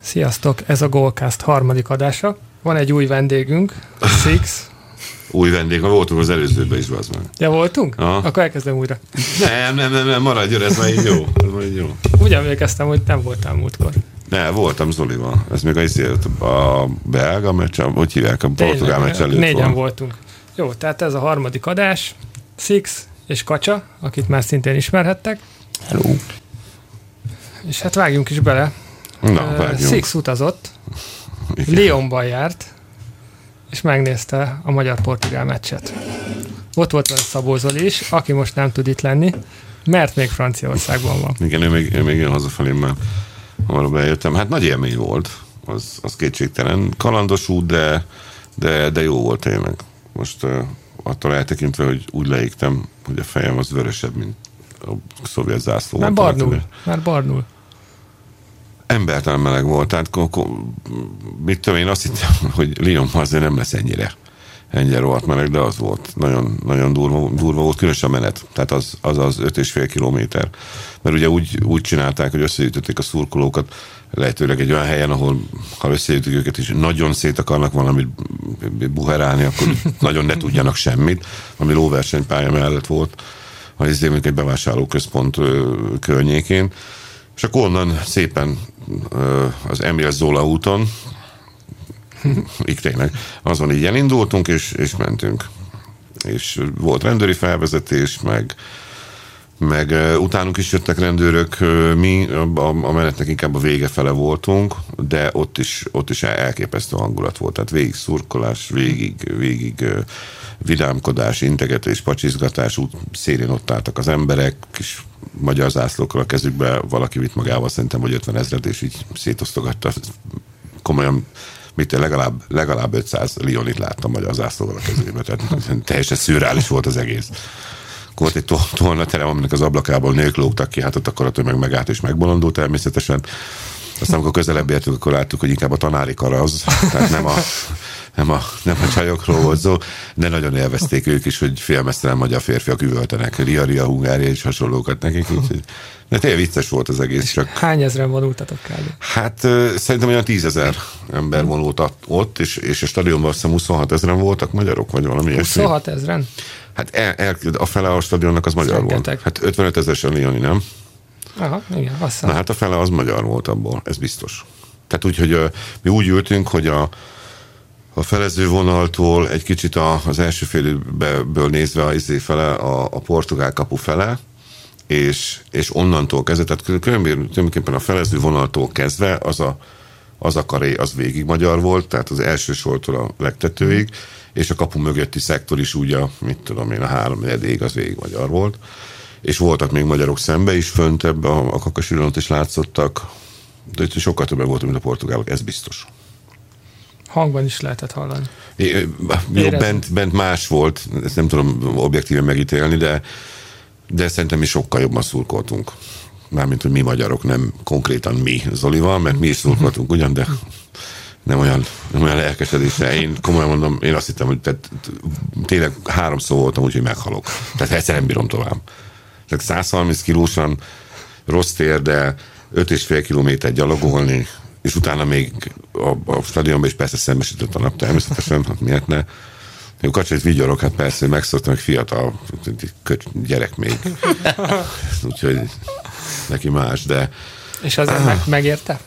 Sziasztok, ez a Goalcast harmadik adása. Van egy új vendégünk, Six. Új vendég, ha voltunk az előzőben is, az meg. Ja, voltunk? Aha. Akkor elkezdem újra. Nem, maradjon, ez már így jó. Úgy emlékeztem, hogy nem voltál múltkor. Ne, voltam Zolival. Ez még a belga meccs, hogy hívják, a portugál meccs előtt négyen voltunk. Jó, tehát ez a harmadik adás. Six és Kacsa, akit már szintén ismerhettek. Hello. És hát vágjunk is bele. Na, vágjunk. Six utazott, Lyonban járt, és megnézte a magyar-portugál meccset. Ott volt vele Szabó Zoli is, aki most nem tud itt lenni, mert még Franciaországban van. Igen, ő még jön hazafelé, mert ahol bejöttem. Hát nagy élmény volt, az kétségtelen. Kalandos út, de jó volt tényleg. Most attól eltekintve, hogy úgy leégtem, hogy a fejem az vörösebb, mint a szovjet zászló. Már barnul. Embertelen meleg volt, tehát mit tudom, én azt hittem, hogy Lyonban azért nem lesz ennyire rohadt meleg, de az volt. Nagyon, nagyon durva volt, különösen a menet. Tehát az 5,5 kilométer. Mert ugye úgy csinálták, hogy összeütötték a szurkolókat, lehetőleg egy olyan helyen, ahol ha összeütik őket is, nagyon szét akarnak valamit buherálni, akkor nagyon ne tudjanak semmit, ami lóversenypálya mellett volt, ha mondjuk egy bevásárlóközpont környékén. És akkor onnan szépen az Emile Zola úton, így tényleg, azon így elindultunk, és mentünk. És volt rendőri felvezetés, meg utánunk is jöttek rendőrök, mi a menetnek inkább a vége fele voltunk, de ott is elképesztő hangulat volt. Tehát végig szurkolás, végig vidámkodás, integetés, pacsizgatás, szélén ott álltak az emberek, kis magyar zászlókkal a kezükbe, valaki vitt magával, szerintem, hogy 50 000, és így szétosztogatta. Komolyan, legalább 500 Lyonit láttam magyar zászlóval a kezébe, tehát teljesen szürreális volt az egész. Volt egy tornaterem, aminek az ablakából nők lógtak ki, hát ott akkor ő meg megállt és megbolondult természetesen. Aztán amikor közelebb értünk, akkor láttuk, hogy inkább a tanári kar az, tehát nem a csajokról volt szó, de nagyon élvezték ők is, hogy félmeztelen magyar férfiak üvöltenek, Ria, Hungária és hasonlókat nekik, úgyhogy de tényleg vicces volt az egész. Csak... Hány ezren vonultatok kb? Hát szerintem olyan 10 000 ember vonult ott, és a stadionban azt hiszem 26 000 voltak magyarok, vagy valami 26 000? Hát a fele a stadionnak az magyar volt. Hát 55 000-en Lyoni, nem? Aha, igen, azt na hát a fele az magyar volt abból, ez biztos. Tehát úgy, hogy mi úgy ültünk, hogy a felező vonaltól egy kicsit az első félből nézve a fele, a portugál kapu fele, és onnantól kezdve, tehát tulajdonképpen a felező vonaltól kezdve az a karé, az végig magyar volt, tehát az első sortól a legtetőig, és a kapu mögötti szektor is úgy a 3-4 az végig magyar volt. És voltak még magyarok szembe is, föntebb a Kakasülönött is látszottak, de sokkal többen voltunk, mint a portugálok, ez biztos. Hangban is lehetett hallani. Jó, bent más volt, ezt nem tudom objektíven megítélni, de szerintem mi sokkal jobban szurkoltunk. Mármint, hogy mi magyarok, nem konkrétan mi Zolival, mert mi is szurkoltunk ugyan, de nem olyan lelkesedésre. Én komolyan mondom, én azt hittem, hogy tényleg 3 szó voltam, úgyhogy meghalok. Tehát egyszer nem bírom tovább. Tehát 130 kilósan, rossz térdel, 5,5 kilométer gyalogolni, és utána még a stadionban is persze szembesített a nap természetesen, hát miért ne? Jó, Kacsait vigyorok, hát persze, hogy megszoktam, hogy fiatal gyerek még. Úgyhogy neki más, de... És azért megérte?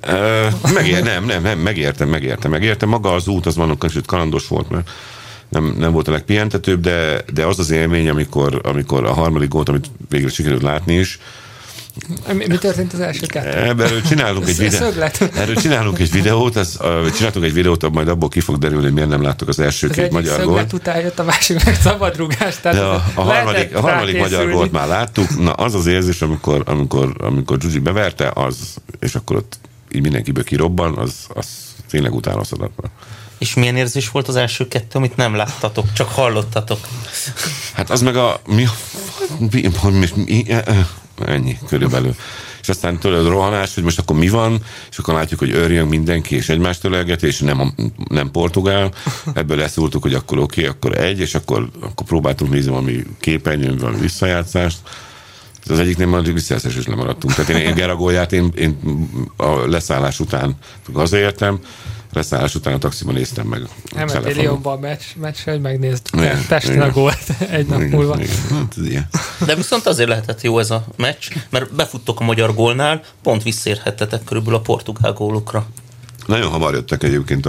Nem, megérte. Maga az út, az van, kicsit kalandos volt, mert nem volt a legpihentetőbb, de az az élmény, amikor a harmadik gólt, amit végre sikerült látni is. Mi történt az első kettő? Erről csinálunk egy videót, csináltunk egy videót, majd abból ki fog derülni, hogy miért nem láttuk az első két magyar gólt. Szöglet után jött, a másik meg szabadrugás. De a harmadik magyar gólt már láttuk. Na az az érzés, amikor Zsuzsi beverte, és akkor ott így mindenkiből kirobban, az tényleg utánozhatatlan. És milyen érzés volt az első kettő, amit nem láttatok, csak hallottatok? Hát az meg ennyi körülbelül. És aztán tőled rohanás, hogy most akkor mi van, és akkor látjuk, hogy őrjön mindenki, és egymást ölelget, és nem portugál. Ebből leszúrtuk, hogy akkor oké, akkor egy, és akkor próbáltunk nézni valami képernyőn, valami visszajátszást, Az egyiknél már visszajelzés is lemaradtunk. Tehát én Geragóját én a leszállás után hazaértem, leszállás után a taxiban néztem meg. Elmentél Lyonba a meccsre, hogy megnézd Pesten a gólt egy nap múlva. Igen. De viszont azért lehetett jó ez a meccs, mert befuttok a magyar gólnál, pont visszaérhettetek körülbelül a portugál gólokra. Nagyon hamar jöttek egyébként.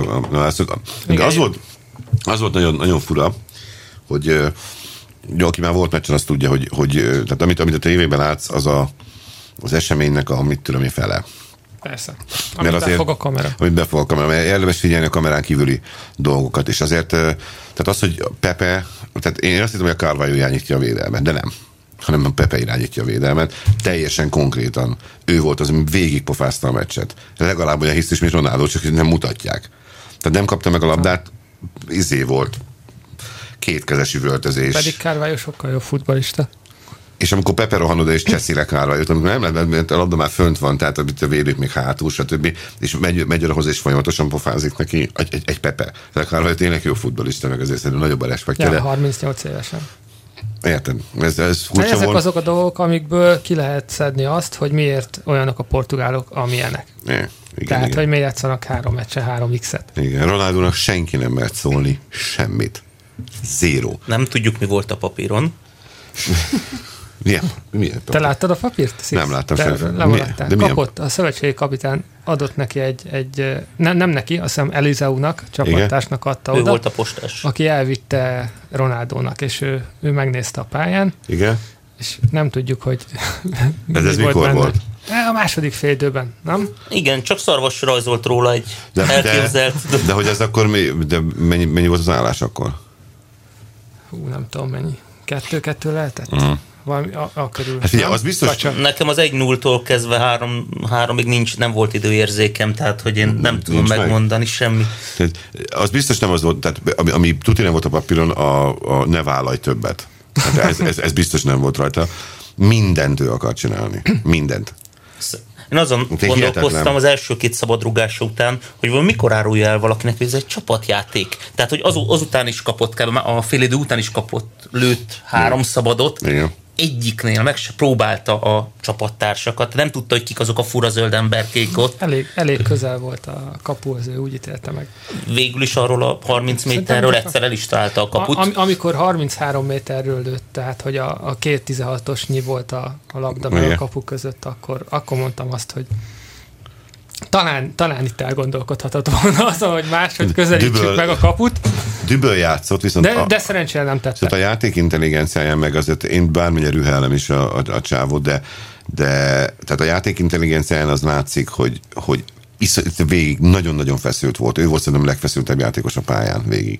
Az volt nagyon, nagyon fura, hogy aki már volt meccsen, azt tudja, hogy tehát amit a tévében látsz, az eseménynek a mit tudom én fele. Persze. Amit befog a kamera. Amit befog a kamera, mert érdemes figyelni a kamerán kívüli dolgokat. És azért, tehát az, hogy Pepe, tehát én azt hittem, hogy a Carvalho irányítja a védelmet, de nem. Hanem a Pepe irányítja a védelmet. Teljesen konkrétan ő volt az, ami végigpofázta a meccset. Legalább olyan hisztis, mint Ronaldo, csak nem mutatják. Tehát nem kapta meg a labdát, volt. Kétkezes üvöltözés. Pedig Carvalho sokkal jobb futballista. És amikor Pepe rohan oda és cseszi le Carvalhót, amikor nem lehet, mert a labda már fönt van, tehát a védők még hátul, stb. És megy oda hozzá, és folyamatosan pofázik neki egy Pepe. Tehát Carvalho tényleg jó futballista, meg azért szerintem nagyobb a respektje. Ja, 38 évesen. Érted? Ez furcsa ezek volt. Azok a dolgok, amikből ki lehet szedni azt, hogy miért olyanok a portugálok, amilyenek. Igen, tehát, hogy miért játszanak 3 meccsen 3x-et. Igen, Ronaldónak senki nem mert szólni semmit. Zero. Nem tudjuk, mi volt a papíron. Milyen Te láttad a papírt? Nem láttam sem. Kapott, a szövetségi kapitán adott neki nem neki, azt hiszem Eliseunak, csapattársnak adta oda. Ő volt a postás. Aki elvitte Ronaldónak, és ő megnézte a pályán. Igen. És nem tudjuk, hogy ez mikor volt? A második félidőben, nem? Igen, csak Szarvas rajzolt róla egy elképzelt. De hogy ez akkor mennyi volt az állás akkor? Nem tudom mennyi. 2-2 lehetett? Valami körül. Hát figyelj, az biztos... Nekem az 1-0-tól kezdve 3-ig nem volt időérzékem, tehát hogy én nem tudom megmondani semmi. Tehát, az biztos nem az volt, tehát ami tuti nem volt a papíron, a ne vállalj többet. Hát ez biztos nem volt rajta. Mindent ő akar csinálni. Mindent. Én azon gondolkoztam az első 2 szabadrúgása után, hogy mikor árulja el valakinek, hogy ez egy csapatjáték. Tehát, hogy azután is kapott, a félidő után is lőtt 3 szabadot. Igen. Egyiknél meg se próbálta a csapattársakat. Nem tudta, hogy kik azok a fura zöld emberkék ott. Elég közel volt a kapuhoz, ő úgy ítélte meg. Végül is arról a 30 méterről egyszer el is találta a kaput. Amikor 33 méterről lőtt, tehát hogy a 2-16-osnyi volt a labda meg a kapu között, akkor mondtam azt, hogy talán itt elgondolkodhatott volna azon, hogy máshogy közelítsük meg a kaput. Düböl játszott, viszont... De szerencsére nem tette. Szóval a játék intelligenciáján meg azért én bármilyen rühellem is a csávot, de tehát a játék intelligenciáján az látszik, hogy végig nagyon-nagyon feszült volt. Ő volt szerintem a legfeszültebb játékos a pályán végig.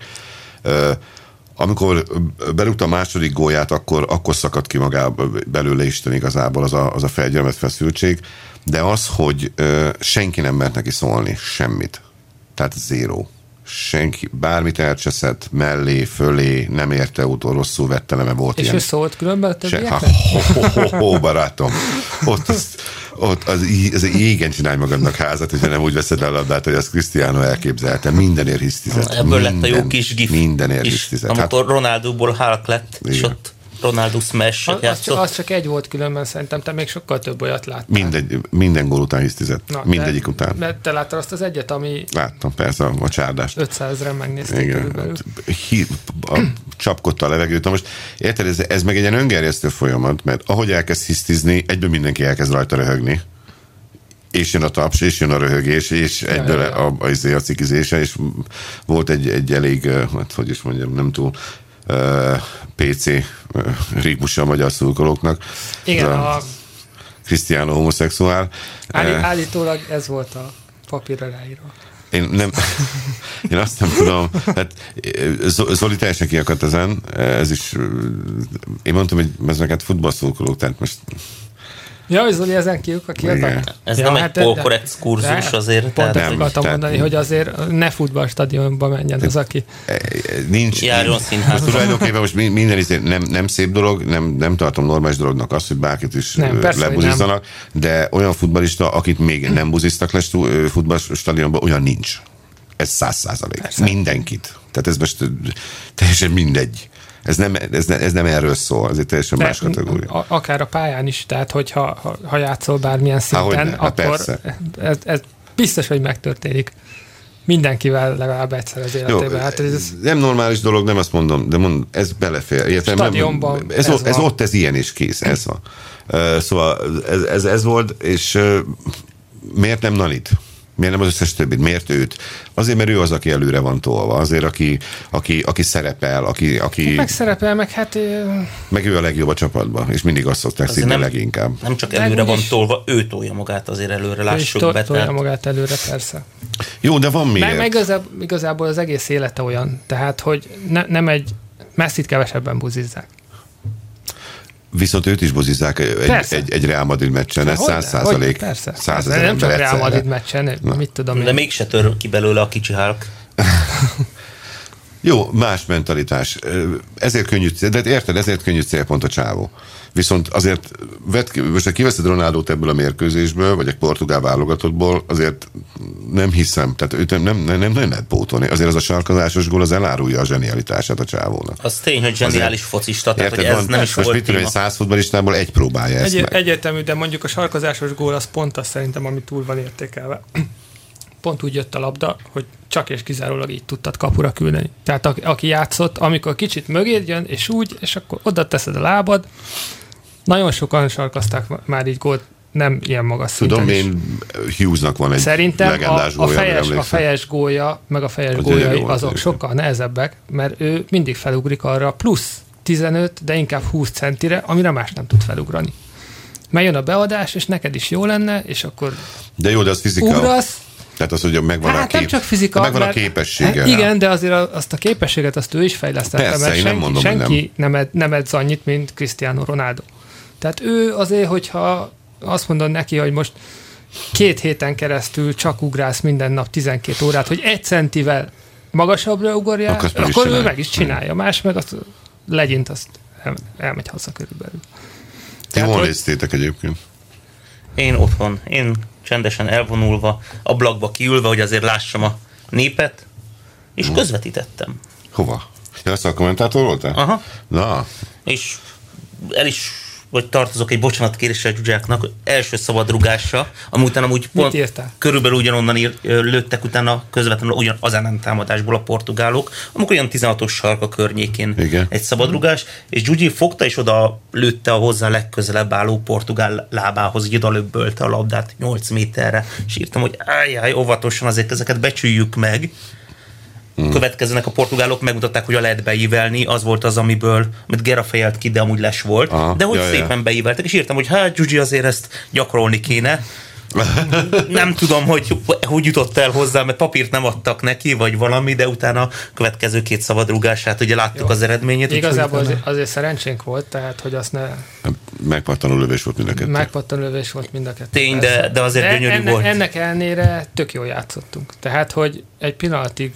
Amikor berúgta a második gólját, akkor szakadt ki magába belőle Isten igazából az a felgyelmet feszültség, de az, hogy senki nem mert neki szólni, semmit. Tehát zero. Senki, bármit elcseszett, mellé, fölé, nem érte utol, rosszul vette le, mert volt és ilyen. És ő szólt különben a többieknek? Barátom. Ott az égen csinálj magadnak házat, hogyha nem úgy veszed le a labdát, hogy az Cristiano elképzelte. Mindenért hisztizet. Ebből lett a jó kis gif. Mindenért hisztizet. Amikor Ronaldóból Hulk lett, és ott Ronaldo smash-et játszott. Az csak egy volt különben, szerintem te még sokkal több olyat láttál. Minden gól után hisztizett. Mindegyik után. Mert te láttad azt az egyet, ami... Láttam, persze, a csárdást. 500 000 megnézték körülbelül. Csapkodta a levegőt. Na most érted, ez meg egy ilyen öngerjesztő folyamat, mert ahogy elkezd hisztizni, egyből mindenki elkezd rajta röhögni. És jön a taps, és jön a röhögés, és egyből a cikizése, és volt egy elég, hát hogy is mondjam, nem túl PC rímusa a magyar szurkolóknak. Igen, a Cristiano homoszexuál. Állítólag ez volt a papírra ráírva. Én azt nem tudom. Hát Zoli teljesen kiakadt ezen. Ez is, én mondtam, hogy ez neked futballszurkolók, tehát most... Ja, Zoli ezen kiakadt? Ez nem egy polkorrekt kurzus azért. Pont ezt akartam mondani, hogy azért ne futballstadionba menjen az, aki... Nincs. Járjon színházba. Tulajdonképpen most minden nem szép dolog, nem tartom normális dolognak azt, hogy bárkit is lebuzizzanak, de olyan futballista, akit még nem buziztak le futballstadionba, olyan nincs. Ez 100%. Mindenkit. Tehát ez most teljesen mindegy. Ez nem erről szól, ez egy teljesen más kategória. Akár a pályán is, tehát hogyha játszol bármilyen szinten, akkor ez biztos, hogy megtörténik. Mindenkivel legalább egyszer az életében. Hát ez nem normális dolog, nem azt mondom, de ez belefér. Stadionban ez ott, ez ilyen is kész, ez van. Szóval ez volt, és miért nem Nanit? Miért nem az összes többit? Miért őt? Azért, mert ő az, aki előre van tolva. Azért, aki szerepel, aki... Meg szerepel, meg hát... Meg ő a legjobb a csapatban, és mindig azt szokták szívni leginkább. Nem csak előre van tolva, ő tolja magát azért előre, lássuk be. Tolja magát előre, persze. Jó, de van miért. Meg igazából az egész élete olyan, tehát, hogy nem egy... Messit kevesebben buzizzák. Viszont őt is buzizzák egy Real Madrid meccsen, ez 100%. Persze. 100 000 nem csak Real Madrid meccsen, mit tudom én. De mégse tör ki belőle a kicsi Hulk. Jó, más mentalitás. Ezért könnyű célpont a csávó. Viszont azért most ha kiveszed Ronaldót ebből a mérkőzésből, vagy a portugál válogatottból, azért nem hiszem, tehát őt nem lehet pótolni. Azért az a sarkazásos gól az elárulja a zsenialitását a csávónak. Az tény, hogy zseniális focista, tehát hogy ez nem is volt. Most mit tudom, hogy 100 futballistából egy próbálja ezt meg. Egyértelmű, de mondjuk a sarkazásos gól az pont az szerintem, ami túl van értékelve. Pont úgy jött a labda, hogy csak és kizárólag így tudtad kapura küldeni. Tehát aki játszott, amikor kicsit mögéd jön, és akkor oda teszed a lábad. Nagyon sokan sarkazták már így gólt, nem ilyen magas szinten. Tudom, én Hughesnak van egy szerintem legendás gólja. A fejes gólja, meg a fejes góljai azok sokkal nehezebbek, mert ő mindig felugrik arra plusz 15, de inkább 20 centire, amire más nem tud felugrani. Mert jön a beadás, és neked is jó lenne, és akkor de jó, de az fizika. Ugrasz. Tehát az, hogy megvan nem csak fizika, megvan a képessége. Igen, de azért azt a képességet azt ő is fejlesztette, persze, mert senki nem edz annyit, mint Cristiano Ronaldo. Tehát ő azért, hogyha azt mondod neki, hogy most 2 héten keresztül csak ugrálsz minden nap 12 órát, hogy 1 centivel magasabbra ugorjál, akkor ő meg is csinálja. Más meg azt legyint, azt elmegy haza körülbelül. Jól néztétek egyébként. Én otthon, csendesen elvonulva, ablakba kiülve, hogy azért lássam a népet, és közvetítettem. Hova? Ja, azt a kommentátor voltál? Aha. Na. És vagy tartozok egy bocsánatkéréssel Zsuzsáknak, első szabadrugásra, ami utána úgy pont körülbelül ugyanonnan lőttek utána közvetlenül ugyan az támadásból a portugálok, amikor olyan 16-os sarka környékén egy szabadrugás, és Gyugyi fogta és oda lőtte a hozzá legközelebb álló portugál lábához, így oda löbbölte a labdát 8 méterre, és írtam, hogy ájjáj, óvatosan azért ezeket becsüljük meg. Következőnek a portugálok megmutatták, hogy lehet beívelni, az volt az, amit Gera fejelt ki, de amúgy les volt. Aha, de hogy szépen beíveltek, és írtam, hogy hát Gyugyi azért ezt gyakorolni kéne. Nem tudom, hogy jutott el hozzá, mert papírt nem adtak neki, vagy valami, de utána a következő 2 szabadrugását, ugye láttuk az eredményét. Igazából azért szerencsénk volt, tehát, hogy azt ne... Megpattanó lövés volt mind a kettő. Megpattanó lövés volt mind a kettő. Tény, de azért gyönyörű volt. Ennek ellenére tök jól játszottunk. Tehát, hogy egy pillanatig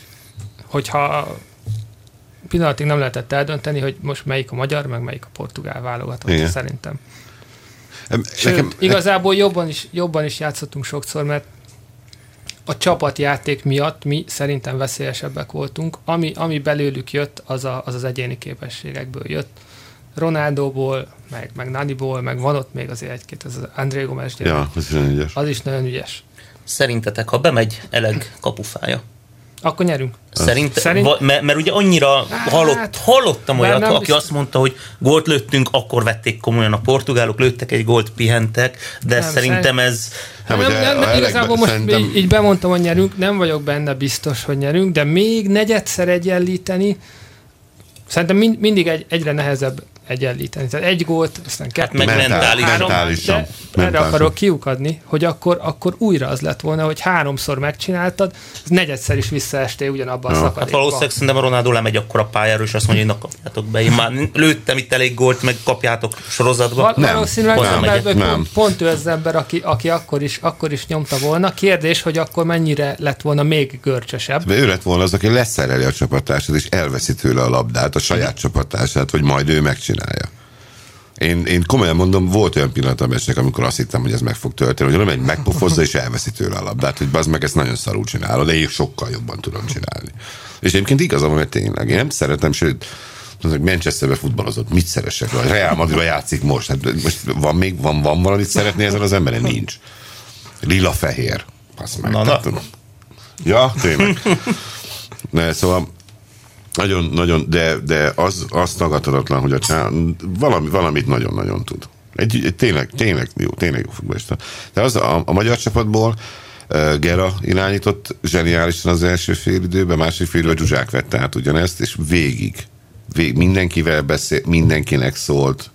nem lehetett eldönteni, hogy most melyik a magyar, meg melyik a portugál válogatott, szerintem. Sőt, igazából jobban is játszottunk sokszor, mert a csapatjáték miatt mi szerintem veszélyesebbek voltunk. Ami belőlük jött, az egyéni képességekből jött. Ronaldóból, meg Naniból, meg van ott még azért egy-két, az André Gomes gyerek. Ja, az is nagyon ügyes. Szerintetek, ha bemegy Eleg kapufája, akkor nyerünk. Mert ugye annyira hallottam olyat, aki azt mondta, hogy gólt lőttünk, akkor vették komolyan a portugálok, lőttek egy gólt, pihentek, de szerintem ez... Igazából most így bemondtam, hogy nyerünk, nem vagyok benne biztos, hogy nyerünk, de még negyedszer egyenlíteni, szerintem mindig egyre nehezebb egyenlíteni. Tehát 1 gólt, aztán 2, meg mentálisan. Erre akarok kiukadni, hogy akkor újra az lett volna, hogy 3-szor megcsináltad, az negyedszer is visszaestél ugyanabban a szakadékban. Hát valószínűleg szerintem a Ronaldo lemegy akkor a pályáról, és azt mondja, hogy kapjátok be. Én már lőttem itt elég gólt, meg kapjátok sorozatba. Valószínűleg pont ő az ember, aki akkor is nyomta volna. Kérdés, hogy akkor mennyire lett volna még görcsösebb. Ő lett volna az, aki leszereli a csapattársat, és elveszi tőle a labdát, a saját csapattársát, hogy majd ő megcsinálja. Én komolyan mondom, volt olyan pillanat a meccsnek, amikor azt hittem, hogy ez meg fog történni, hogy megy, megpofozza és elveszi tőle a labdát, hogy bazd meg, ezt nagyon szarul csinálod, de én sokkal jobban tudom csinálni. És egyébként igazam, mert tényleg, én nem szeretem, sőt, Manchesterbe futballozott, mit szeressek? A Real Madridba játszik most. Hát most van valamit szeretni ezen az emberen? Nincs. Lila-fehér. Ja, tényleg. Szóval nagyon, de az tagadhatatlan, hogy valamit nagyon-nagyon tud. Tényleg jó futballista. De az a magyar csapatból Gera irányított zseniálisan az első félidőben, másik félidőben Zsuzsák vette át ugyanezt, és végig mindenkivel beszélt, mindenkinek szólt,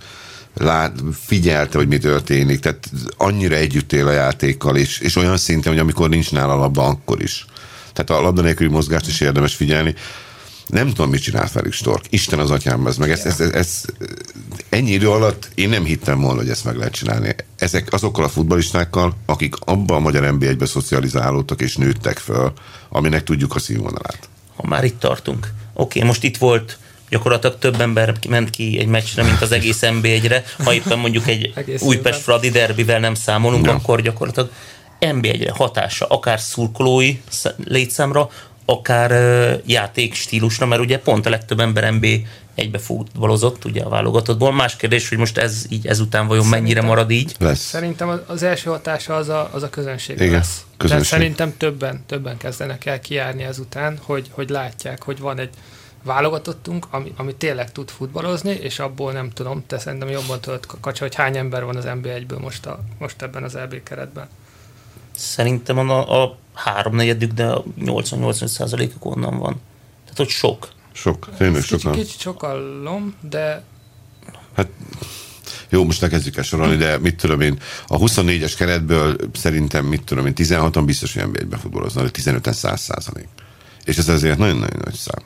figyelte, hogy mi történik, tehát annyira együtt él a játékkal, és olyan szinten, hogy amikor nincs nála labda, akkor is. Tehát a labda nélküli mozgást is érdemes figyelni. Nem tudom, mit csinált velük Stork. Isten az atyám, ez meg ezt ennyi idő alatt én nem hittem volna, hogy ezt meg lehet csinálni. Ezek azokkal a futballistákkal, akik abban a magyar NB1-ben szocializálódtak és nőttek föl, aminek tudjuk a színvonalát. Ha már itt tartunk. Oké, most itt volt gyakorlatilag több ember ment ki egy meccsre, mint az egész NB1-re. Ha éppen mondjuk egy Újpest-Fradi derbivel nem számolunk, akkor gyakorlatilag NB1-re hatása, akár szurkolói létszámra, akár játékstílusra, mert ugye pont a legtöbb ember NB1-be futballozott, ugye a válogatottból. Más kérdés, hogy most ez így ezután vajon mennyire marad így? Lesz. Szerintem az első hatása az a közönség lesz. Tehát szerintem többen kezdenek el kijárni ezután, hogy látják, hogy van egy válogatottunk, ami tényleg tud futballozni, és abból nem tudom, te szerintem jobban tudod, Kacsa, hogy hány ember van az NB1-ből most ebben az EB keretben. Szerintem a 3/4, de a 80-85%-uk onnan van. Tehát, hogy sok. Sok, tényleg sokan. Kicsit sokallom, de... Hát jó, most ne kezdjük el sorolni, de mit tudom én, a 24-es keretből szerintem, 16-an biztos, hogy NB1-ben futballoznak, 15-en 100%. És ez azért nagyon-nagyon nagy szám.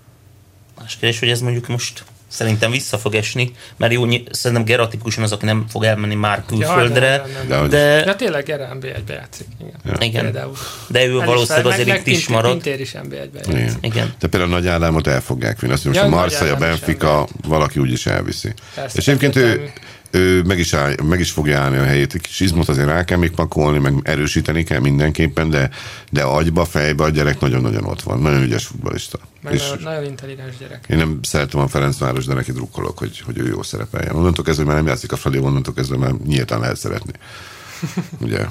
Más kérdés, hogy ez mondjuk most szerintem vissza fog esni, mert jó, szerintem Gera tipikusan az, aki nem fog elmenni már külföldre. De tényleg Gera NB1-be játszik. Igen. De ő valószínűleg azért itt is marad. Pintér is NB1-be játszik. Igen. De például a Nagy Ádámot el fogják vinni. Azt mondja, most a Marseille, a Benfica, valaki úgyis elviszi. Persze, és egyébként ő meg is fogja állni a helyét. Egy kis izmot azért rá kell még pakolni, meg erősíteni kell mindenképpen, de agyba, fejbe a gyerek nagyon-nagyon ott van. Nagyon ügyes futballista. Nagyon intelligens gyerek. Én nem szeretem a Ferencváros, de neki drukkolok, hogy ő jó szerepeljen. Onnantól kezdve már nem játszik a Fradi, onnantól kezdve már nyíltan lehet szeretni. Ugye?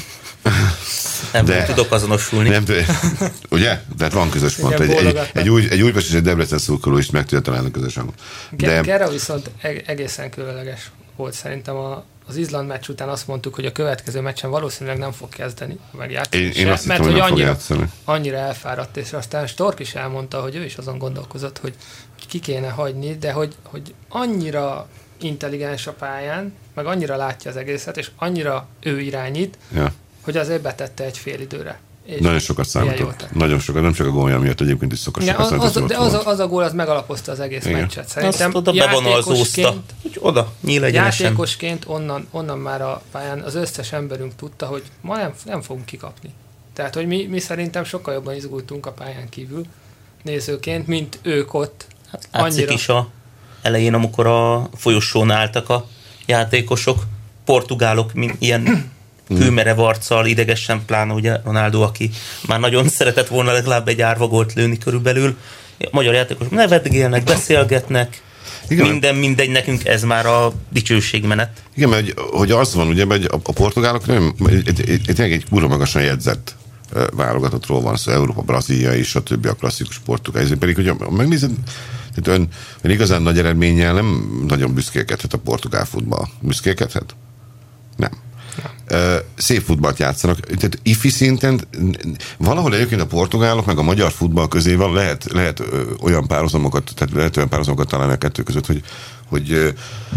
Nem tudok azonosulni. Nem, ugye? Tehát van közös pont. Egy Újpest és egy Debrecen szurkoló is meg tudja találni a közös hangot. Gera viszont egészen különleges volt szerintem. Az Izland meccs után azt mondtuk, hogy a következő meccsen valószínűleg nem fog kezdeni, meg játszani mert hogy annyira elfáradt, és aztán Stork is elmondta, hogy ő is azon gondolkozott, hogy ki kéne hagyni, de hogy annyira intelligens a pályán, meg annyira látja az egészet, és annyira ő irányít, hogy azért betette egy fél időre. Nagyon sokat számított. Nagyon sokat, nem csak a gólja miatt, egyébként is sokat számított. De az a gól, az megalapozta az egész meccset. Szerintem azt oda bevonalzózta, hogy oda nyíl egyenesen. Játékosként onnan már a pályán az összes emberünk tudta, hogy ma nem fogunk kikapni. Tehát, hogy mi szerintem sokkal jobban izgultunk a pályán kívül nézőként, mint ők ott. Hát látszik is a elején, amikor a folyosón álltak a játékosok, portugálok, ilyen kőmerev arccal, idegesen, pláne ugye Ronaldo, aki már nagyon szeretett volna legalább egy árvagolt lőni körülbelül. A magyar játékosok nevetgélnek, beszélgetnek, igen, mindegy, nekünk ez már a dicsőségmenet. Igen, mert hogy az van, ugye, hogy a portugálok nem, egy kurva magasan jegyzett válogatottról van szó, Európa, Brazília és a többi a klasszikus portugál. Ezért pedig, hogy megnézed, ön igazán nagy eredménnyel nem nagyon büszkélkedhet a portugál futball. Büszkélkedhet? Nem. Szép futballt játszanak. Tehát ifi szinten valahol egyébként a portugálok meg a magyar futball közé van, lehet olyan párhuzamokat találni a kettő között, hogy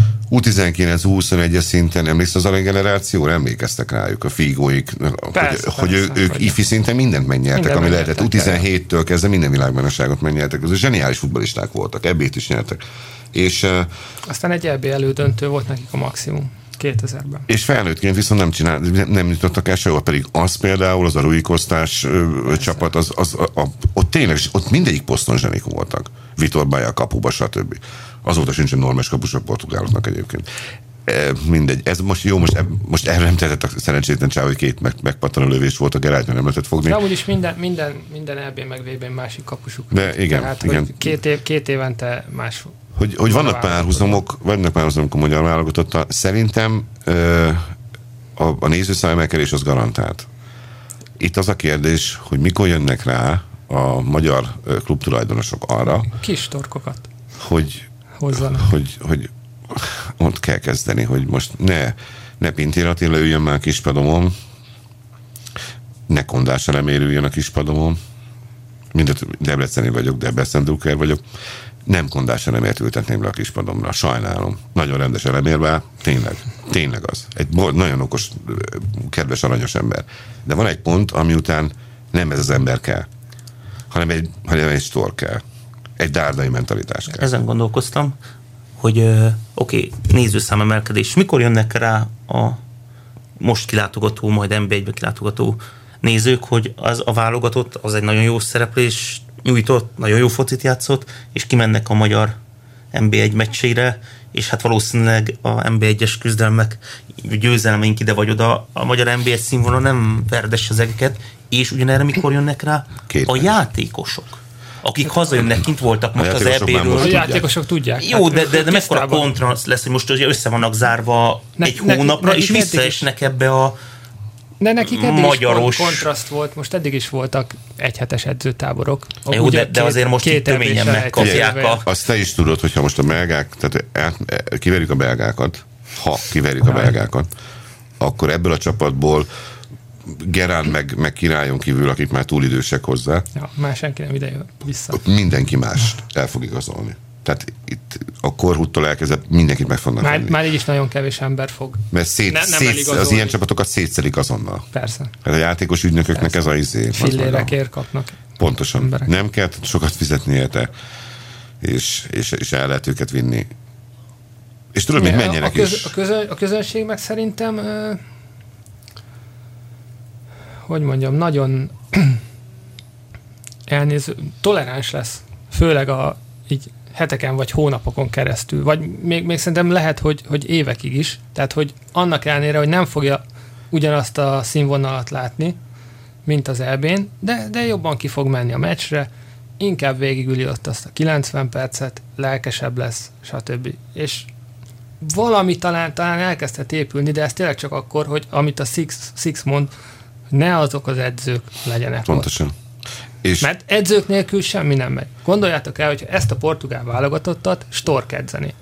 U19-21-es szinten emlékszel az arany generációra? Emlékeztek rájuk, a Figóik, hogy ők ifi szinten mindent megnyertek, ami lehetett. U17-től kezdve minden világbajnokságot megnyertek. Ez zseniális futballisták voltak, EB-t is nyertek. És aztán egy EB elődöntő volt nekik a maximum 2000-ben. És felnőttként viszont nem jutottak el sehova, pedig az például, az a Rui Costás csapat, ott tényleg, ott mindegyik poszton zsenik voltak. Vitor Baja kapuba, stb. Azóta sincsen normális kapus a portugáloknak egyébként. Mindegy. Ez most jó, most erre nem tehetett a szerencsétlen csáv, hogy két megpattanó lövés volt, a Gerált nem lehetett fogni. De amúgy is minden EB meg VB másik kapusuk. De igen, tehát, igen. Két évente más hogy vannak párhuzamok a magyar válogatottal. Szerintem a nézőszám emelkedés az garantált. Itt az a kérdés, hogy mikor jönnek rá a magyar klubtulajdonosok arra, kis torkokat, hogy ott kell kezdeni, hogy most ne Pintér Attila üljön már a kispadomon, ne Kondás Elemér üljön a kispadomon, mindegy debreceni vagyok, Debrecen Drucker vagyok, nem Kondás Elemért ültetném le a kispadomra, sajnálom. Nagyon rendes Elemérbe, tényleg az. Egy nagyon okos, kedves, aranyos ember. De van egy pont, ami után nem ez az ember kell, hanem egy Stork kell. Egy dárdai mentalitás kell. Ezen gondolkoztam, hogy nézőszám emelkedés. Mikor jönnek rá a most kilátogató, majd NB1-be kilátogató nézők, hogy az a válogatott, az egy nagyon jó szereplés nyújtott, nagyon jó focit játszott, és kimennek a magyar NB1 meccsére, és hát valószínűleg a NB1-es küzdelmek győzelmeink ide vagy oda, a magyar NB1 színvonal nem verdes az egeket, és ugyanerre mikor jönnek rá? A játékosok, akik hazajönnek, kint voltak most az EB-ről. A játékosok tudják. Jó, de mekkora kontraszt lesz, hogy most össze vannak zárva egy hónapra, és visszaesnek ebbe a de nekik eddig magyaros... is kontraszt volt, most eddig is voltak egyhetes edzőtáborok. Jó, de azért most itt töményen megkapják Azt te is tudod, hogyha most a belgák, tehát kiverjük a belgákat, a belgákat, akkor ebből a csapatból Gerard meg királyon kívül, akik már túl idősek hozzá. Ja, már senki nem ide jön vissza. Mindenki más el fog igazolni. Tehát itt a Korhuttól elkezdve mindenkit meg fognak venni. Már így is nagyon kevés ember fog. Mert az ilyen csapatokat szétszedik azonnal. Persze. Tehát a játékos ügynököknek ez a izé. Fillérekért kapnak. Pontosan. Emberek. Nem kell sokat fizetni érte, és el lehet őket vinni. És tudod, mit menjenek is. A közönség meg szerintem hogy mondjam, nagyon toleráns lesz. Főleg így heteken vagy hónapokon keresztül. Vagy még szerintem lehet, hogy évekig is. Tehát, hogy annak ellenére, hogy nem fogja ugyanazt a színvonalat látni, mint az EB-n, de jobban ki fog menni a meccsre, inkább végigüli ott azt a 90 percet, lelkesebb lesz, stb. És valami talán elkezdhet épülni, de ez tényleg csak akkor, hogy amit a Six mond, ne azok az edzők legyenek. Pontosan. Ott. Mert edzők nélkül semmi nem megy. Gondoljátok el, hogyha ezt a portugál válogatottat Stork edzeni.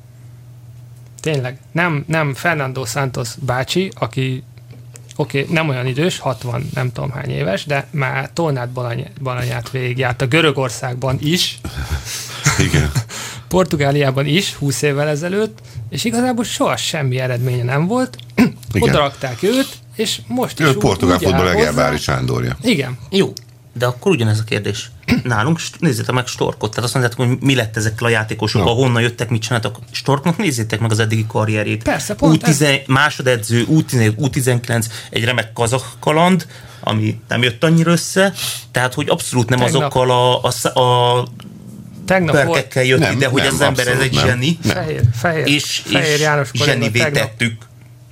Tényleg. Nem Fernando Santos bácsi, aki nem olyan idős, 60 nem tudom hány éves, de már Tolnát Balanyát végigjárt a Görögországban is. Igen. Portugáliában is, 20 évvel ezelőtt, és igazából soha semmi eredménye nem volt. Oda rakták őt, és most is portugál futball Egerbári Sándorja. Igen. Jó, de akkor ugyanez a kérdés. Nálunk nézzétek meg Storkot, tehát azt mondjátok, hogy mi lett ezekkel a játékosokkal, honnan jöttek, mit csináltak. Storknak nézzétek meg az eddigi karrierjét. Persze, pont másodedző, U19, egy remek kazakh kaland, ami nem jött annyira össze, tehát hogy abszolút nem azokkal a perkekkel jött ide, hogy az ember ez egy zseni. Fehér János zsenivé tettük.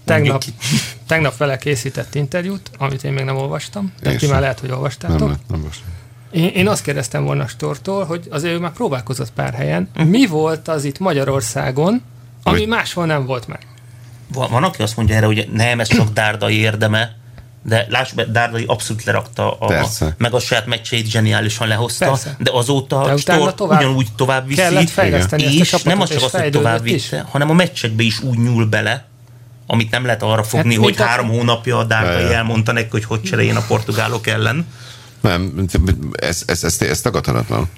Tegnap vele készített interjút, amit én még nem olvastam, de ti már lehet, hogy olvastátok. Nem én azt kérdeztem volna Storktól, hogy azért ő már próbálkozott pár helyen. Mi volt az itt Magyarországon, ami máshol nem volt meg? Van, aki azt mondja erre, hogy nem, ez csak Dárdai érdeme, de lássuk be, Dárdai abszolút lerakta, meg a saját meccseit zseniálisan lehozta, persze. De azóta Stork ugyanúgy tovább viszi, és nem az csak az, hogy tovább vitte, hanem a meccsekbe is úgy nyúl bele, amit nem lehet arra fogni, hogy 3 hónapja a Dárdai elmondta neki, hogy cseréljen a portugálok ellen. Nem, ez tagadhatatlan.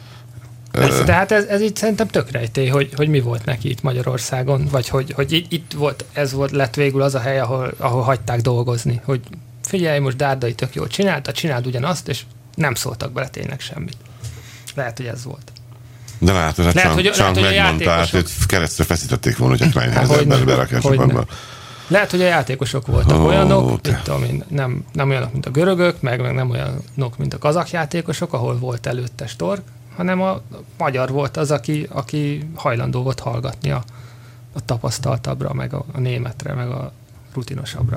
Tehát ez így szerintem tök rejtély, hogy mi volt neki itt Magyarországon, vagy hogy itt volt, lett végül az a hely, ahol hagyták dolgozni, hogy figyelj, most Dárdai tök jól csináld ugyanazt, és nem szóltak bele tényleg semmit. Lehet, hogy ez volt. De látod, Csang megmondta, hogy keresztre feszítették volna, hogy a Kleinheiserben berakják a. Lehet, hogy a játékosok voltak olyanok, nem olyanok, mint a görögök, meg nem olyanok, mint a kazakh játékosok, ahol volt előtte Stork, hanem a magyar volt az, aki hajlandó volt hallgatni a tapasztaltabbra, meg a németre, meg a rutinosabbra.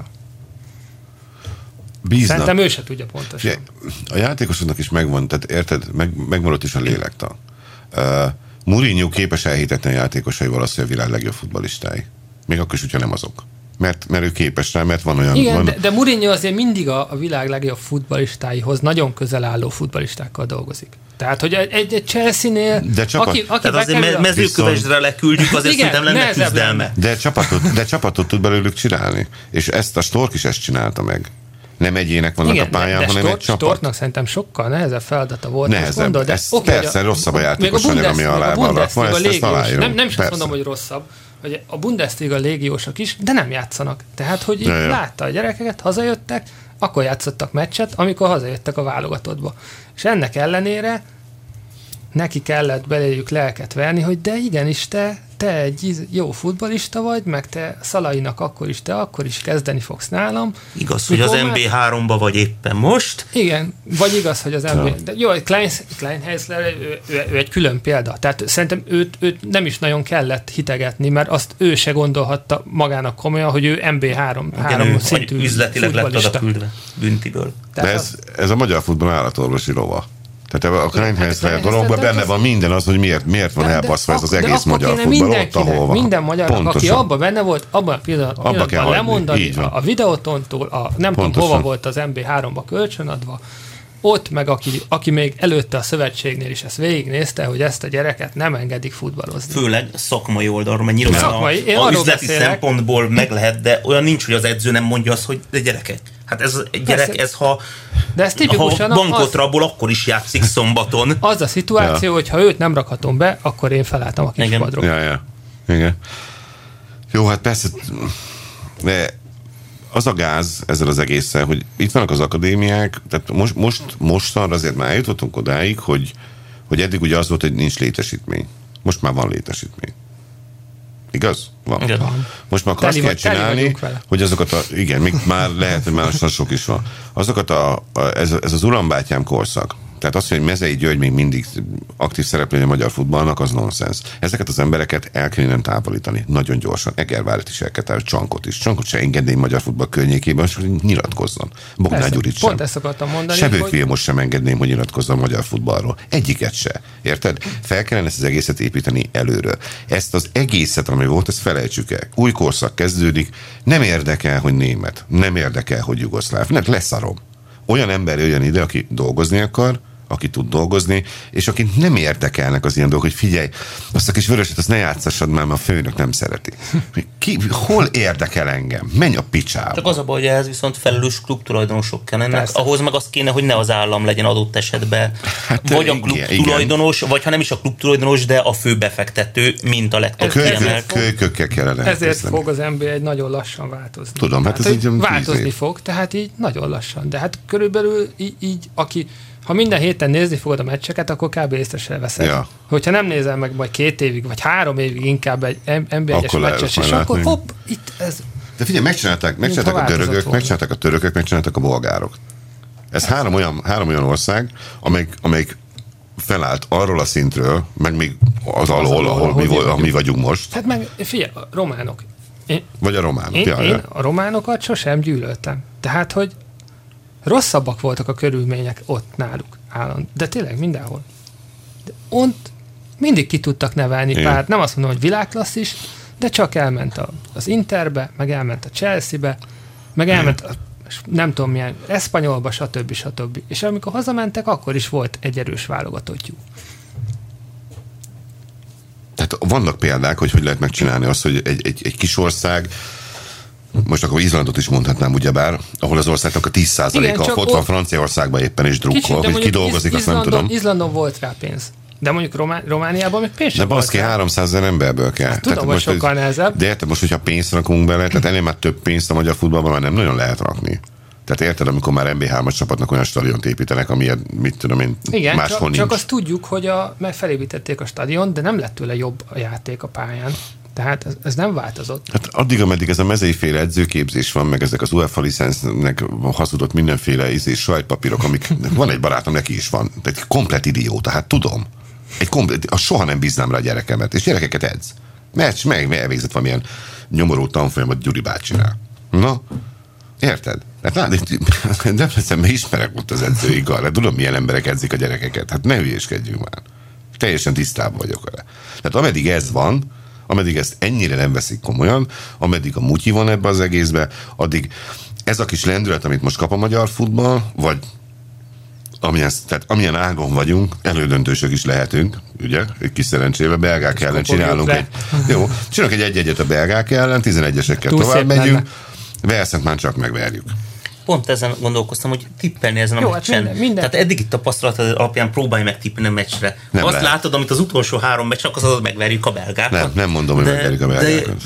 Bíznak. Szerintem ő se tudja pontosan. A játékosoknak is megvan, tehát érted, megmaradt is a lélektan. Mourinho képes elhitetlen játékosai valószínűleg a világ legjobb futballistái. Még akkor is, hogyha nem azok. Mert ő képes rá, mert van olyan... Igen, de Mourinho azért mindig a világ legjobb futballistáihoz nagyon közel álló futballistákkal dolgozik. Tehát, hogy egy Chelsea-nél... aki tehát azért Mezőkövesdre leküldjük, azért szerintem lenne küzdelme. De csapatot tud belőlük csinálni. És ezt a Stork is ezt csinálta meg. Nem egyének vannak a pályán, hanem egy csapat. Storknak szerintem sokkal nehezebb feladata volt. Nehezebb. Persze rosszabb a játékos anyag, ami alább van. Nem is azt mondom, hogy rosszabb. Hogy a Bundesliga légiósok is, de nem játszanak. Tehát, hogy így látta a gyerekeket, hazajöttek, akkor játszottak meccset, amikor hazajöttek a válogatottba. És ennek ellenére neki kellett beléjük lelket verni, hogy de igenis, te egy jó futballista vagy, meg te Szalainak akkor is kezdeni fogsz nálam. Igaz, hogy az MB3-ba vagy éppen most. Igen, vagy igaz, hogy az MB... De jó, Kleinheisler, ő egy külön példa. Tehát szerintem őt nem is nagyon kellett hitegetni, mert azt ő se gondolhatta magának komolyan, hogy ő MB3 szintű üzletileg lett oda küldve büntiből. De ez a magyar futball állatorvosi rova. Tehát a Kleinheisler dologban benne van minden az, hogy miért van elbaszva ez az egész magyar futball ott, ahol van. Minden magyarnak, aki abban benne volt, abban a pillanatban lemondani a Videótontól, nem tudom, hova volt az MB3-ba kölcsönadva, ott meg aki még előtte a szövetségnél is ezt végignézte, hogy ezt a gyereket nem engedik futballozni. Főleg szakmai oldalról, mert nyilván a üzleti szempontból meg lehet, de olyan nincs, hogy az edző nem mondja azt, hogy de gyerekek. Hát ez gyerek, ha bankot rabol, akkor is játszik szombaton. Az a szituáció, hogy ha őt nem rakhatom be, akkor én felálltam a kispadról. Igen. Jó, hát persze, de az a gáz ezzel az egésszel, hogy itt vannak az akadémiák, tehát mostanra azért már eljutottunk odáig, hogy eddig ugye az volt, hogy nincs létesítmény. Most már van létesítmény. Igaz? Van. Igen. Most már azt kell csinálni, hogy azokat igen, még már lehet, hogy már sok is van. Azokat ez az urambátyám korszak. Tehát az, hogy Mezei György még mindig aktív szereplője a magyar futballnak, az nonsens. Ezeket az embereket el kell nem távolítani. Nagyon gyorsan. Egervárt is el kell távolítani, Csankot is. Csankot se engedném magyar futball környékében, hogy nyilatkozzon. Bognár Gyurit sem. Pont ezt akartam mondani. Sebők Vilmos sem engedném, hogy nyilatkozzon a magyar futballról. Egyiket se. Érted? Fel kellene ezt az egészet építeni előről. Ezt az egészet, ami volt, ezt felejtsük el. Új korszak kezdődik. Nem érdekel, hogy német. Nem érdekel, hogy jugoszláv. Leszarom. Olyan ember jöjjön ide, aki dolgozni akar, aki tud dolgozni, és akit nem érdekelnek az ilyen dolgok, hogy figyelj, azt a kis vöröset, azt ne játszassad már, mert a főnök nem szereti. Hol érdekel engem? Menj a picsába. Csak az a baj, hogy ehhez viszont felelős klubtulajdonosok kellenek. Ahhoz meg az kéne, hogy ne az állam legyen adott esetben. Hát, vagy a klubtulajdonos, vagy ha nem is a klubtulajdonos, de a főbefektető, mint a legtöbb kiemelt. Kölykökkel kellene. Ezért fog az NBA egy nagyon lassan változni. Tudom, hát ez így változni fog, tehát így nagyon lassan. De hát körülbelül így aki ha minden héten nézni fogod a meccseket, akkor kb. Észre se veszed. Ja. Hogyha nem nézel meg majd 2 évig, vagy 3 évig inkább egy NB1-es meccses, és akkor hopp, itt ez... De figyelj, megcsinálták a görögök, megcsinálták a törökök, megcsinálták a bolgárok. Ez három olyan ország, amelyik felállt arról a szintről, meg még az alól, ahol mi vagyunk most. Hát meg, figyelj, a románok. Vagy a románok. Én a románokat sosem gyűlöltem. Tehát, hogy rosszabbak voltak a körülmények ott náluk állandóan. De tényleg mindenhol. De ott mindig ki tudtak nevelni pár, nem azt mondom, hogy világklasszis, de csak elment az Interbe, meg elment a Chelsea-be, meg elment a, nem tudom milyen, Espanyolba, stb. És amikor hazamentek, akkor is volt egy erős válogatottjuk. Tehát vannak példák, hogy lehet megcsinálni azt, hogy egy kis ország, most akkor Izlandot is mondhatnám ugyebár, ahol az országnak a 10%-a ott van Franciaországban éppen is drukkol, hogy ki dolgozik, azt nem tudom. Izlandon volt rá pénz. De mondjuk Romániában még pénz sem volt. De baszki, 300 000 emberből kell. Hát, tudom, hogy sokkal nehezebb. De érted, most, hogyha pénzt rakunk bele, tehát ennél már több pénzt a magyar futballban már nem nagyon lehet rakni. Tehát érted, amikor már MB3-as csapatnak olyan stadiont építenek, amilyen, mit tudom én, igen, máshol nincs. Csak azt tudjuk, hogy felépítették a stadiont, de nem lett tőle jobb a játék a pályán. Tehát ez nem változott. Hát addig, ameddig ez a mezei-féle edzőképzés van, meg ezek az UEFA licensznek hazudott mindenféle sajtpapírok, amik van egy barátom, neki is van. De egy komplet idióta, hát tudom. Soha nem bíznám rá a gyerekemet, és gyerekeket edz. Mert elvégzett valamilyen nyomorult tanfolyamat Gyuri bácsinál. Na, érted? Hát látni, nem ismerek ott az edzőikkal, de tudom, milyen emberek edzik a gyerekeket. Hát ne hülyéskedjünk már. teljesen tisztában vagyok vele. Tehát ameddig ez van, ameddig ezt ennyire nem veszik komolyan, ameddig a mutyi van ebbe az egészbe, addig ez a kis lendület, amit most kap a magyar futball, vagy amilyen ágon vagyunk, elődöntősök is lehetünk, ugye, egy kis szerencsével, belgák ellen csinálunk csinálunk egy egyet a belgák ellen, 11-esekkel tovább megyünk, Velszent már csak megverjük. Pont ezen gondolkoztam, hogy tippelni ezen a meccsen. Minden. Tehát eddig itt tapasztalat alapján próbálj meg tippelni a meccsre. Azt lehet. Látod, amit az utolsó 3 meccs, akkor az megverjük a belgákat. Nem mondom, hogy megverjük a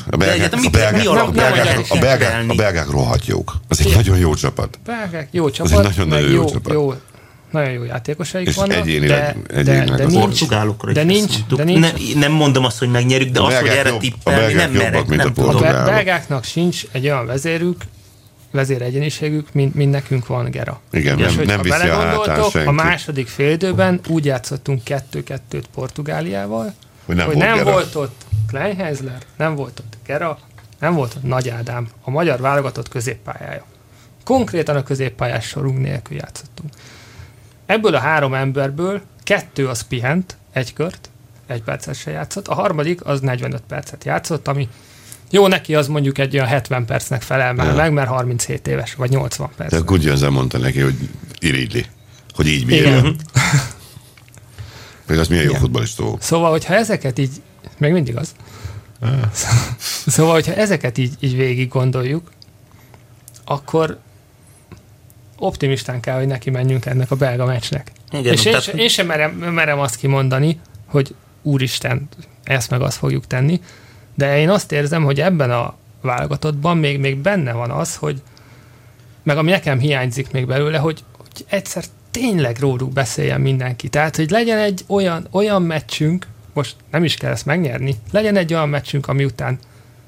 belgákat. A belgák rohadt jók. Az egy nagyon jó csapat. Belgák jó csapat. Az egy nagyon jó csapat. Nagyon jó játékosaik és vannak, de portugálokra de nincs. Nem mondom azt, hogy megnyerjük, de azt, hogy erre tippelni nem merek. A belgáknak sincs egy olyan vezéregyeniségük, mint nekünk van Gera. Igen, és nem viszi a hátán senki. A második félidőben úgy játszottunk 2-2-t Portugáliával, hogy nem volt ott Kleinheisler, nem volt ott Gera, nem volt ott Nagy Ádám, a magyar válogatott középpályája. Konkrétan a középpályás sorunk nélkül játszottunk. Ebből a 3 emberből 2 az pihent, 1 kört, 1 percet se játszott, a harmadik az 45 percet játszott, ami jó, neki az mondjuk egy olyan 70 percnek felel már meg, mert 37 éves, vagy 80 perc. Tehát Gudjönzen mondta neki, hogy irigyli, hogy így bírja. Pedig az milyen jó futballista volt. Szóval, hogyha ezeket így, még mindig az. Szóval, hogyha ezeket így végig gondoljuk, akkor optimistán kell, hogy neki menjünk ennek a belga meccsnek. Igen, és én sem merem azt kimondani, hogy úristen, ezt meg azt fogjuk tenni, de én azt érzem, hogy ebben a válogatottban még benne van az, hogy meg ami nekem hiányzik még belőle, hogy egyszer tényleg róluk beszéljen mindenki. Tehát, hogy legyen egy olyan meccsünk, most nem is kell ezt megnyerni, legyen egy olyan meccsünk, ami után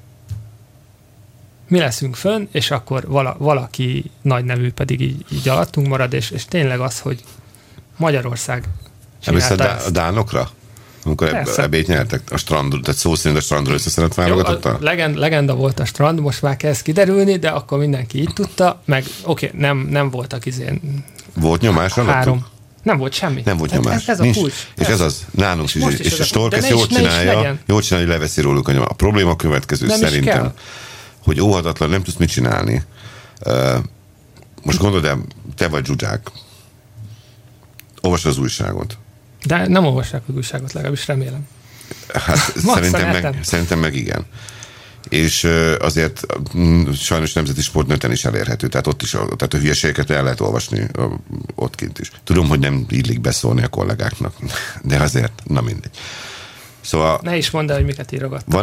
mi leszünk fönn, és akkor valaki nagy nevű pedig így alattunk marad, és tényleg az, hogy Magyarország csinálta ezt. A dánokra? Amikor ebét nyertek, a strand, tehát szó szerint a strandról összeszedett válogatottal? Legenda volt a strand, most már kezd kiderülni, de akkor mindenki így tudta, meg nem voltak izén. Volt nyomás alatt? Nem volt semmi. Nem volt nyomás. Ez a kulcs. És ez az, nálunk is. És a Stork ezt jól csinálja, hogy leveszi róluk a nyomás. A probléma következő szerintem, hogy óhatatlan, nem tudsz mit csinálni. Most gondold el, te vagy Zsuzsák. Olvasd az újságot. De nem olvassák az újságot, legalábbis remélem. Hát szerintem meg igen. És azért sajnos nemzeti sportneten is elérhető, tehát ott is, tehát a hülyeségeket el lehet olvasni ott kint is. Tudom, hogy nem illik beszólni a kollégáknak, de azért, na mindegy. Szóval ne is mondd el, hogy miket írogattam.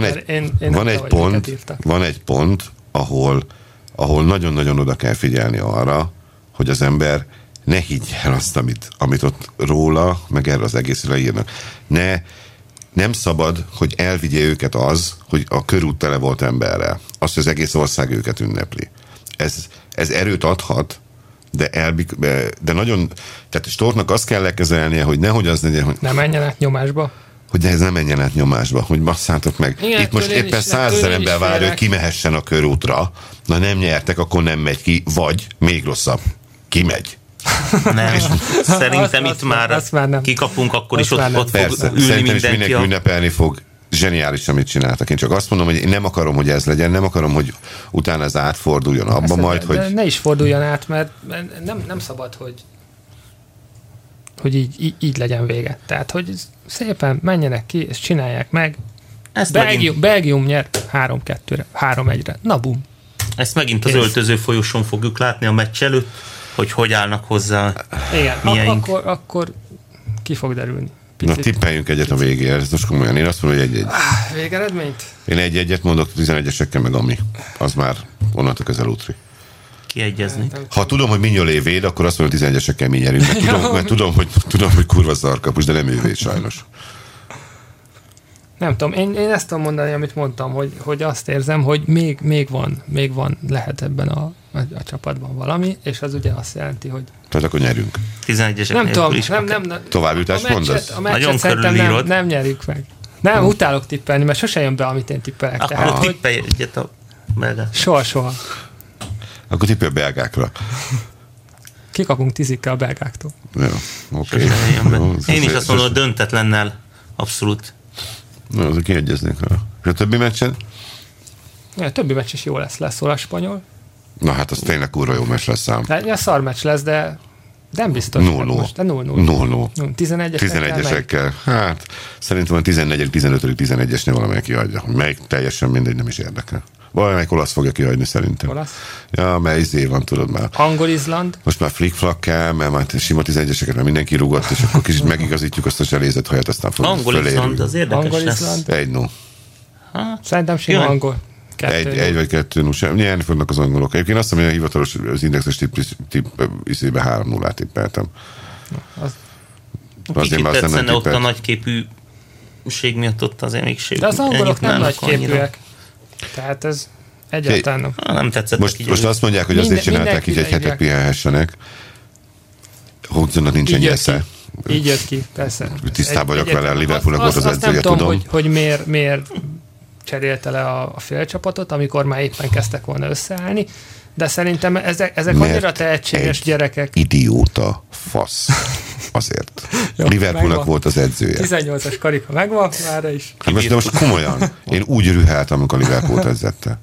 Van egy pont, ahol nagyon-nagyon oda kell figyelni arra, hogy az ember ne higgy el azt, amit ott róla, meg erre az egészre írnak. Nem szabad, hogy elvigye őket az, hogy a körút tele volt emberrel. Azt, hogy az egész ország őket ünnepli. Ez erőt adhat, de nagyon, tehát Storknak azt kell lekezelnie, hogy nehogy az legyen, hogy nem menjen át nyomásba. Hogy ez nem menjen át nyomásba, hogy basszátok meg. Igen, itt most éppen 100 000 ember várja, hogy kimehessen a körútra. Na nem nyertek, akkor nem megy ki, vagy még rosszabb, kimegy. Nem, szerintem itt már kikapunk, akkor is ott fog ülni szerintem mindenki. Mindenki ünnepelni fog. Zseniális, amit csináltak. Én csak azt mondom, hogy én nem akarom, hogy ez legyen, nem akarom, hogy utána ez átforduljon abba majd, hogy... Ne is forduljon át, mert nem szabad, hogy így legyen vége. Tehát, hogy szépen menjenek ki, és csinálják meg. Belgium nyer 3-2-re, 3-1-re. Na bum. Ezt megint az öltöző folyosón fogjuk látni a meccs előtt, hogy állnak hozzá. Igen, akkor ki fog derülni. Picit. Na tippeljünk egyet a végére, ez most komolyan. Én azt mondom, hogy egy-egy. Végeredményt? Én egy-egyet mondok 11-esekkel, meg ami. Az már onnantól közel útri. Kiegyezni. Ha tudom, hogy Minyolé véd, akkor azt mondom, hogy 11-esekkel mi nyerünk. Mert tudom, hogy kurva szarkapus, de nem ő véd sajnos. Nem tudom, én ezt tudom mondani, amit mondtam, hogy azt érzem, hogy még van, lehet ebben a csapatban valami, és az ugye azt jelenti, hogy... Tehát akkor nyerünk. 11-esek nem tudom, nem. Továbbjutást mondasz? A meccset szerintem nem nyerjük meg. Nem, utálok tippelni, mert sose jön be, amit én tippelek. Akkor tippelj egyet a belgák. Soha. Akkor tippelj a belgákra. Kikapunk 10-kkel a belgáktól. Ja, oké. Én is azt mondom, hogy döntetlennel Abszolút. Na, azok kiegyeznék rá. És a többi meccsen? A többi meccs is jó lesz a spanyol. Na hát az tényleg kurva jó meccs lesz szám. Ja, szar meccs lesz, de nem biztos. 0-0. 11-esekkel. Hát szerintem a 14., 15., 11-esnél valamelyik kihagyja. Melyik teljesen mindegy, nem is érdekel. Valamelyik olasz fogja kihagyni szerintem. Olasz? Ja, mert van, tudod már. Angol-Izland. Most már flick-flack kell, mert már sima 11-eseket már mindenki rúgott, és akkor kicsit megigazítjuk azt a zselézet hajat, aztán Angol-Izland, az érdekes lesz. 1-0. Szerintem sima angol. 1 vagy 2-0. Nyerni fognak az angolok. Egyébként azt mondom, hogy a hivatalos az indexes tipp iszébe 3-0-át tippeltem. Kicsit tetszene ott a nagyképűség miatt ott azért mégség. De az angolok nem nagyképűek. Tehát ez egyáltalán nem. Nem tetszett. Most azt mondják, hogy azért csinálták így, egy hetet pihenhessenek. Hogzonnak nincsen esze. Így jött ki, persze. Tisztában vagyok vele, a Liverpoolnak volt az edzője, tudom. Nem tudom, hogy miért cserélte le a félcsapatot, amikor már éppen kezdtek volna összeállni, de szerintem ezek annyira tehetséges gyerekek. Idióta fasz. Azért. Jó, Liverpoolnak volt az edzője. 18-as karika megvan, már is. De most komolyan. Én úgy rüheltem, amikor Liverpoolt edzette.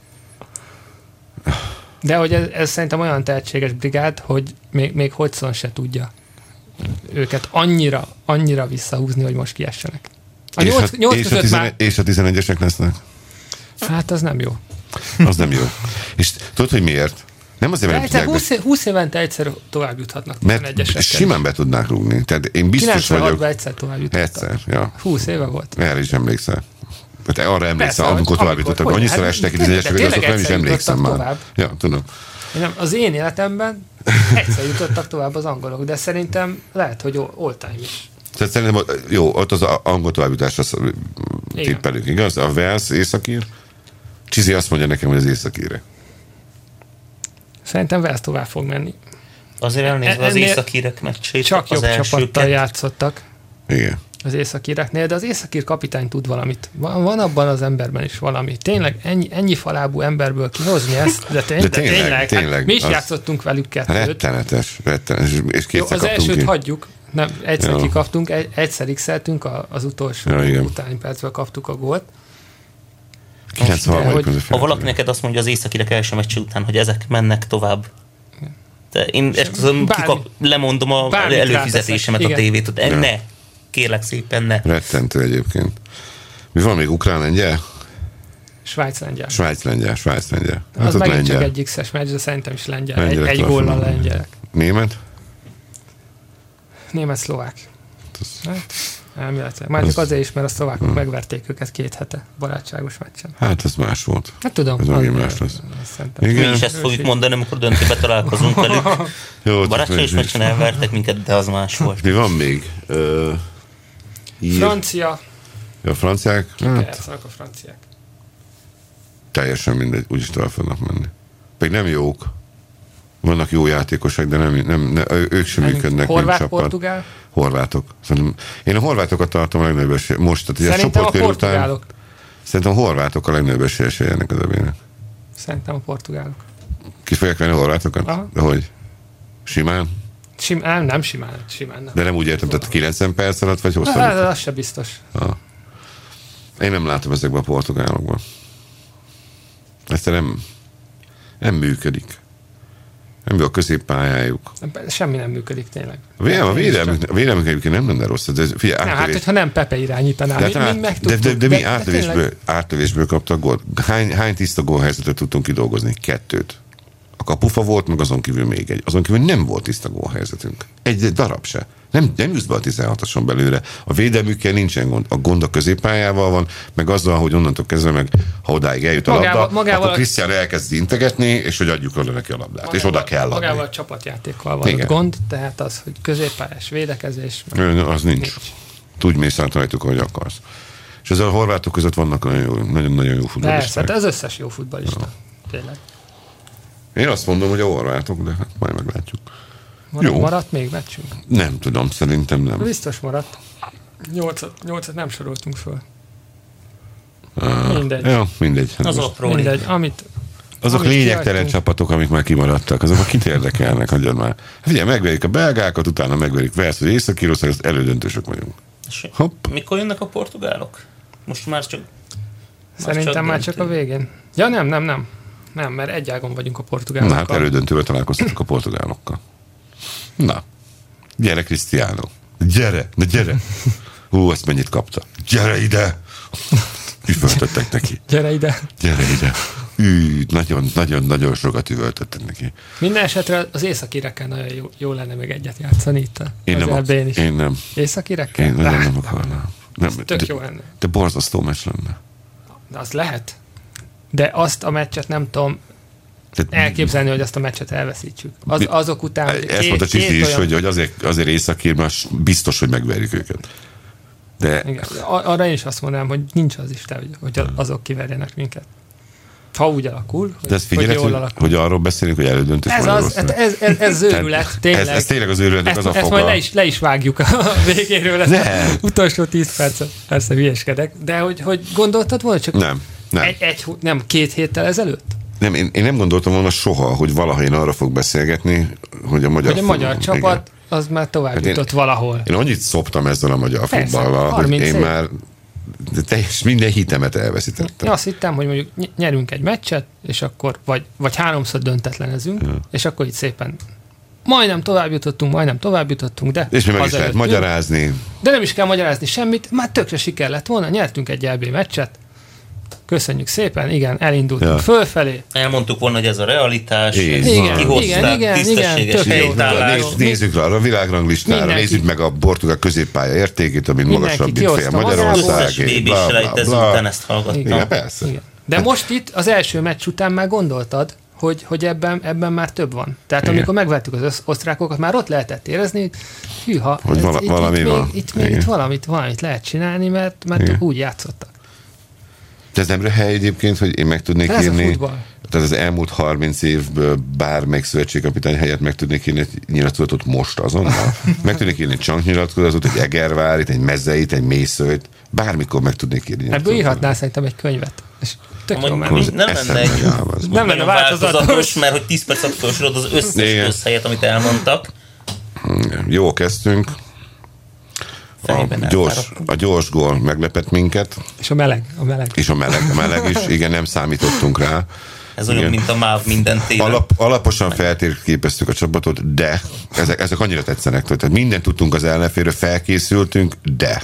De hogy ez szerintem olyan tehetséges brigád, hogy még Hodgson se tudja őket annyira visszahúzni, hogy most kiessenek. És a 11-esek lesznek? Hát az nem jó. Az nem jó. És tudod, hogy miért? Nem azért, mert 20 évente egyszer tovább juthatnak. Mert simán be tudnák rúgni. Tehát én biztos vagyok. 96-ban egyszer tovább jutottak. Egyszer, ja. 20 éve volt. Erre is emlékszel. Hát arra emlékszem, amikor tovább jutottak. Annyiszor estek ki 11-esek, azok nem is emlékszem már. Ja, tudom. Az én életemben egyszer jutottak tovább az angolok, de szerintem lehet, hogy all time is. Tehát szerintem, jó, ott az angol továbbjutásra tippelünk, igaz? A Wales északír? Csizi azt mondja nekem, hogy az északírre. Szerintem Wales tovább fog menni. Azért elnézve az északírek meccsét. Csak jobb csapattal játszottak. Igen. Az északíreknél, de az északír kapitány tud valamit. Van abban az emberben is valami. Tényleg ennyi falábú emberből kihozni ezt, de tényleg. Hát mi is játszottunk velük kettőt. Rettenetes. És kétszer az elsőt ki. Hagyjuk. Nem, egyszer kikaptunk, egyszer x-eltünk, az utolsó utáni percben kaptuk a gólt. Ha valaki neked azt mondja az északírek első meccse után, hogy ezek mennek tovább, de én lemondom a előfizetésemet a tévét. Ne! Kérlek szépen, ne. Rettentő egyébként. Mi van még ukrán-lengyel? Svájc-lengyel. Svájc-lengyel. Hát az megint csak egy X-es meccs, de szerintem is lengyel. Egy góllal lengyelek. Német? Német-szlovák. Elméletileg. Már csak azért is, mert a szlovákok megverték őket 2 hete barátságos meccsen. Hát ez más volt. Hát tudom. Ez megint más lesz. Mi is ezt fogjuk mondani, amikor döntőbe találkozunk velük. Barátságos meccsen elvertek minket, de az más volt. Mi van még? Francia. A franciák? Játszanak a franciák. Teljesen mindegy, úgyis tovább fognak menni. Pedig nem jók. Vannak jó játékosok, de nem ők sem működnek. Horvát-portugál? Horvátok. Én a horvátokat tartom a legnagyobb esély. Most, tehát a csoportkör után. Szerintem a horvátok a legnagyobb esélye ennek az ebének. Szerintem a portugálok. Ki fogják venni a horvátokat? Aha. De hogy? Simán? Nem simán nem. De nem úgy értem, tehát 90 perc alatt, vagy hosszabb? Az se biztos. Én nem látom ezekben a portugálokban. Ezt nem működik. Nem jó a középpályájuk. Semmi nem működik tényleg. A védelmük egyébként nem lenne rossz. De figyelj, hát, hogyha nem Pepe irányítaná, de mi átlövésből kaptak gólt. Hány tiszta gólhelyzetet tudtunk kidolgozni? 2. A kapufa volt, meg azon kívül még egy. Azon kívül nem volt tiszta gólhelyzetünk. Egy darab se. Nem jussz be a 16-oson belőle. A védelmükkel nincsen gond. A gond a középpályával van, meg azzal, hogy onnantól kezdve meg, ha odáig eljut a labda, akkor Cristiano elkezd integetni, és hogy adjuk oda neki a labdát. És oda kell adni. Magával a csapatjátékkal van ott gond, tehát az, hogy középpályás védekezés. Az nincs. Tudj mész át rajtuk, ahogy akarsz. És ezzel a horvátok között vannak nagyon-nagyon jó futballisták. Persze, hát az összes jó futballista. Tényleg. Én azt mondom, hogy a horvátok, de hát majd meglátjuk. Maradt még meccsünk? Nem tudom, szerintem nem. Biztos maradt. 8-at nem soroltunk föl. Mindegy. Ja, mindegy. Mindegy. Azok lényegtelen csapatok, amik már kimaradtak, azok kit érdekelnek, hagyjad már. Figyelj, megverjük a belgákat, utána megverjük Velsz, hogy Észak-Írország, az elődöntősök vagyunk. Hopp. Mikor jönnek a portugálok? Most már csak... Szerintem már csak a végén. Ja, nem, mert egy ágon vagyunk a portugálokkal. Na hát elődöntőben találkoztatok a portugálokkal. Na, gyere Cristiano. Gyere. Ezt mennyit kapta. Gyere ide! Üvöltöttek neki. Gyere ide. Nagyon sokat üvöltöttek neki. Minden esetre az északirekkel nagyon jó lenne még egyet játszani itt Én nem. Északirekkel? Én nagyon nem akarnám. Tök jó lenne. De borzasztó meccs lenne. De az lehet. De azt a meccset nem tudom elképzelni, hogy azt a meccset elveszítsük. Azok után... Ezt mondta Csiszti is, hogy azért Északírban biztos, hogy megverjük őket. De... Igen. Arra én is azt mondanám, hogy nincs az Isten, hogy azok kiverjenek minket. Ha úgy alakul, de ezt figyeled, hogy arról beszélünk, hogy elődöntős ez zőrület, tényleg. Ez tényleg az őrületnek az a foga. Ezt majd le is vágjuk a végéről, ezt utolsó 10 percet. Persze hülyeskedek. De hogy gondoltad volna csak nem 2 héttel ezelőtt? Nem, én nem gondoltam volna soha, hogy valaha én arra fog beszélgetni, hogy a magyar csapat az már tovább jutott valahol. Én annyit szoptam ezzel a magyar futballal, hogy én már minden hitemet elveszítettem. Én azt hittem, hogy mondjuk nyerünk egy meccset, és akkor vagy 3-szor döntetlenezünk, és akkor itt szépen majdnem tovább jutottunk, de... És mi meg is lehet magyarázni. De nem is kell magyarázni semmit, már tökre siker lett volna, nyertünk egy EB meccset, köszönjük szépen, igen, elindultunk fölfelé. Elmondtuk volna, hogy ez a realitás, igen, tisztességes helytállás. Nézzük rá a világranglistára, nézzük meg a portugál középpálya értékét, ami magasabb, mint fél Magyarország. Után ezt hallgattam. Igen, persze. Igen. De most itt az első meccs után már gondoltad, hogy ebben már több van. Tehát amikor megvertük az osztrákokat, már ott lehetett érezni, hűha, hogy valami van. Itt valamit lehet csinálni, mert úgy játszottak. De ez nem röhely egyébként, hogy én meg tudnék írni, tehát az elmúlt 30 évből bármelyik szövetségkapitány helyett meg tudnék írni egy nyilatkozatot most azonnal. Meg tudnék írni egy csanknyilatkozatot, egy Egervárit, egy Mezeit, egy Mészőt, bármikor meg tudnék írni. Ebből írhatnál szerintem egy könyvet. És nem lenne változatos, mert hogy 10 percet felsorod az összes összhelyet, amit elmondtak. Jó, kezdtünk. A gyors gól meglepett minket. És a meleg. És a meleg is. Igen, nem számítottunk rá. Ez olyan, mint a MÁV minden téren. Alaposan feltérképeztük a csapatot, de ezek annyira tetszenek. Tehát mindent tudtunk az ellenfélről, felkészültünk, de.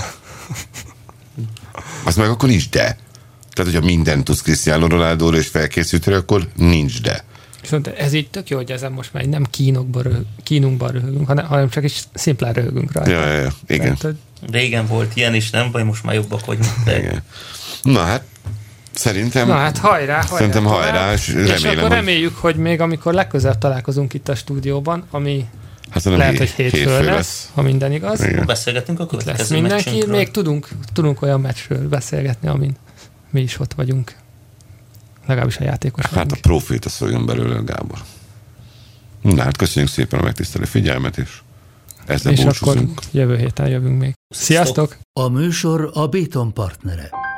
Az meg akkor nincs de. Tehát, hogyha mindent tudsz Cristiano Ronaldóról és felkészültél, akkor nincs de. Viszont ez így tök jó, hogy ezen most már nem kínunkban röhögünk, hanem csak is szimplán röhögünk rajta. Ja, igen. Tehát, régen volt ilyen is, nem baj, most már jobbak vagyunk. Igen. Na hát, szerintem hajrá. Szerintem hajrá, és remélem, és akkor reméljük, hogy még amikor legközelebb találkozunk itt a stúdióban, ami lehet, hogy hétfőn lesz, ha minden igaz. Beszélgetünk a következő mindenki, még tudunk olyan meccsről beszélgetni, amin mi is ott vagyunk. Legalábbis a játékos. Hát a proféta szóljon belőle, Gábor. Na hát köszönjük szépen a megtisztelő figyelmet, és ezzel búcsúzunk. És akkor jövő héten jövünk még. Sziasztok! A műsor a Béton partnere.